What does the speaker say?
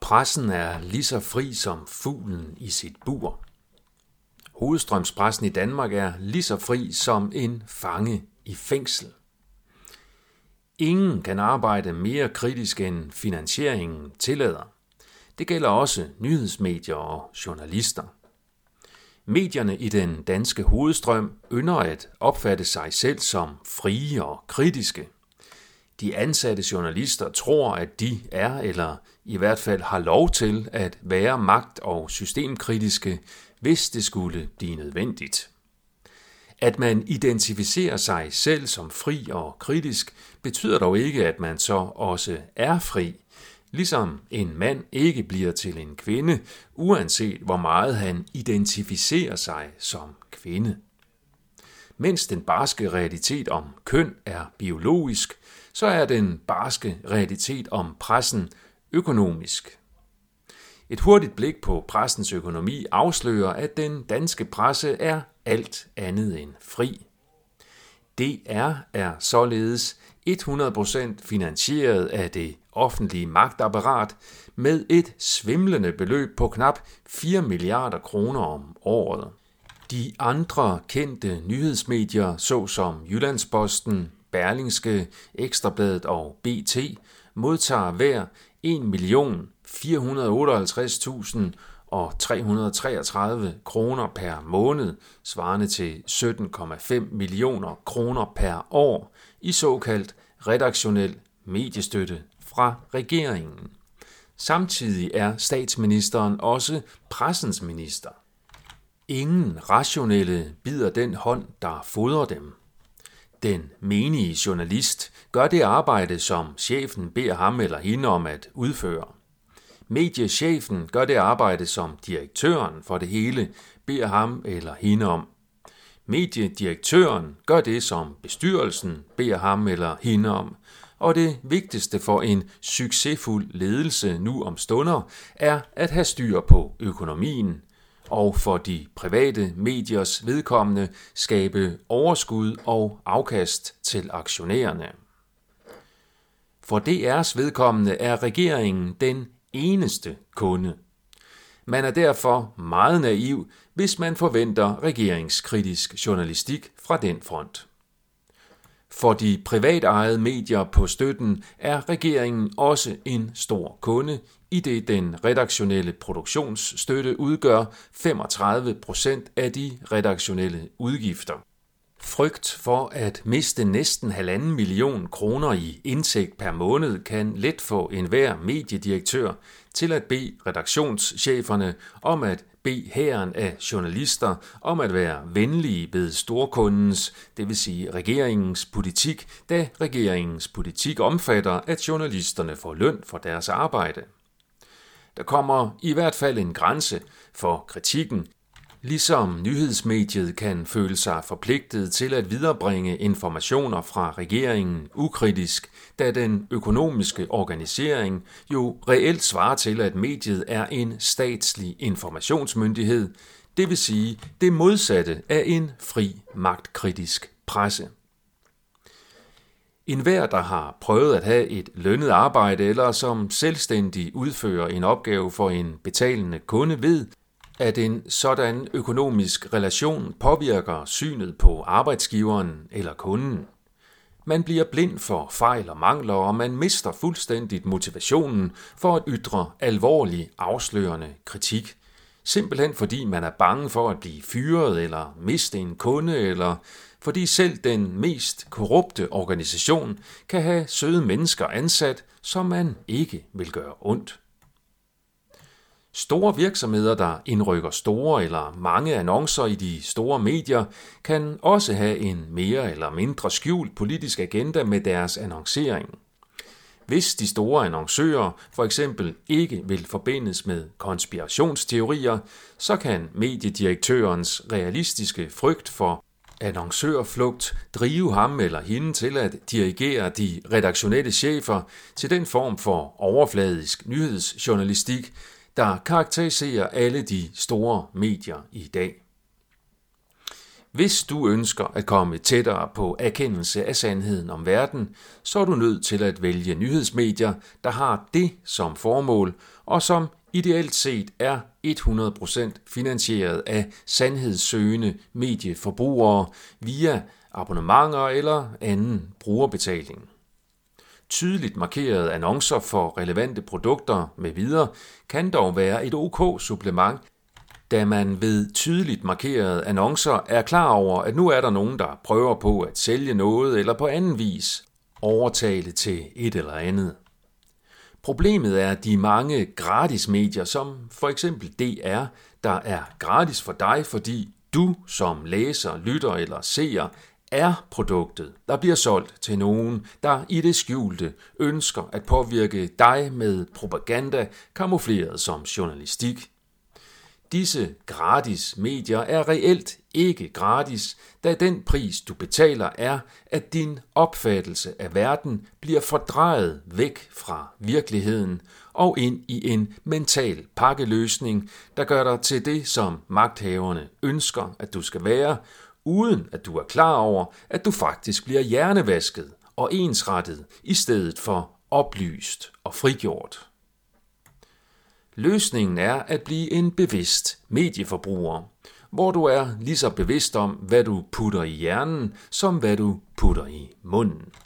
Pressen er lige så fri som fuglen i sit bur. Hovedstrømspressen i Danmark er lige så fri som en fange i fængsel. Ingen kan arbejde mere kritisk end finansieringen tillader. Det gælder også nyhedsmedier og journalister. Medierne i den danske hovedstrøm ynder at opfatte sig selv som frie og kritiske. De ansatte journalister tror, at de er, eller i hvert fald har lov til, at være magt- og systemkritiske, hvis det skulle blive nødvendigt. At man identificerer sig selv som fri og kritisk, betyder dog ikke, at man så også er fri, ligesom en mand ikke bliver til en kvinde, uanset hvor meget han identificerer sig som kvinde. Mens den barske realitet om køn er biologisk, så er den barske realitet om pressen økonomisk. Et hurtigt blik på pressens økonomi afslører, at den danske presse er alt andet end fri. DR er således 100% finansieret af det offentlige magtapparat med et svimlende beløb på knap 4 milliarder kroner om året. De andre kendte nyhedsmedier, såsom Jyllandsposten, Berlingske, Ekstrabladet og BT, modtager hver 1.458.333 kroner per måned, svarende til 17,5 millioner kroner per år, i såkaldt redaktionel mediestøtte fra regeringen. Samtidig er statsministeren også pressens minister. Ingen rationelle bider den hånd, der fodrer dem. Den menige journalist gør det arbejde, som chefen beder ham eller hende om at udføre. Mediechefen gør det arbejde, som direktøren for det hele beder ham eller hende om. Mediedirektøren gør det, som bestyrelsen beder ham eller hende om. Og det vigtigste for en succesfuld ledelse nu om stunder er at have styr på økonomien, og for de private mediers vedkommende skabe overskud og afkast til aktionærerne. For DR's vedkommende er regeringen den eneste kunde. Man er derfor meget naiv, hvis man forventer regeringskritisk journalistik fra den front. For de privatejede medier på støtten er regeringen også en stor kunde, idet den redaktionelle produktionsstøtte udgør 35% af de redaktionelle udgifter. Frygt for at miste næsten 1,5 million kroner i indtægt per måned kan let få enhver mediedirektør til at bede redaktionscheferne om at bede hæren af journalister om at være venlige ved storkundens, det vil sige regeringens politik, da regeringens politik omfatter, at journalisterne får løn for deres arbejde. Der kommer i hvert fald en grænse for kritikken, ligesom nyhedsmediet kan føle sig forpligtet til at viderebringe informationer fra regeringen ukritisk, da den økonomiske organisering jo reelt svarer til, at mediet er en statslig informationsmyndighed, det vil sige det modsatte af en fri magtkritisk presse. Enhver, der har prøvet at have et lønnet arbejde eller som selvstændig udfører en opgave for en betalende kunde, ved, at en sådan økonomisk relation påvirker synet på arbejdsgiveren eller kunden. Man bliver blind for fejl og mangler, og man mister fuldstændigt motivationen for at ytre alvorlig afslørende kritik. Simpelthen fordi man er bange for at blive fyret eller miste en kunde, eller fordi selv den mest korrupte organisation kan have søde mennesker ansat, som man ikke vil gøre ondt. Store virksomheder, der indrykker store eller mange annoncer i de store medier, kan også have en mere eller mindre skjult politisk agenda med deres annoncering. Hvis de store annoncører for eksempel ikke vil forbindes med konspirationsteorier, så kan mediedirektørens realistiske frygt for annoncørflugt drive ham eller hende til at dirigere de redaktionelle chefer til den form for overfladisk nyhedsjournalistik, der karakteriserer alle de store medier i dag. Hvis du ønsker at komme tættere på erkendelse af sandheden om verden, så er du nødt til at vælge nyhedsmedier, der har det som formål, og som ideelt set er 100% finansieret af sandhedssøgende medieforbrugere via abonnementer eller anden brugerbetaling. Tydeligt markerede annoncer for relevante produkter med videre kan dog være et OK supplement, da man ved tydeligt markerede annoncer er klar over, at nu er der nogen, der prøver på at sælge noget eller på anden vis overtale til et eller andet. Problemet er de mange gratismedier, som for eksempel DR, der er gratis for dig, fordi du som læser, lytter eller seer er produktet, der bliver solgt til nogen, der i det skjulte ønsker at påvirke dig med propaganda kamufleret som journalistik. Disse gratis medier er reelt ikke gratis, da den pris, du betaler, er, at din opfattelse af verden bliver fordrejet væk fra virkeligheden og ind i en mental pakkeløsning, der gør dig til det, som magthaverne ønsker, at du skal være, uden at du er klar over, at du faktisk bliver hjernevasket og ensrettet i stedet for oplyst og frigjort. Løsningen er at blive en bevidst medieforbruger, hvor du er lige så bevidst om, hvad du putter i hjernen, som hvad du putter i munden.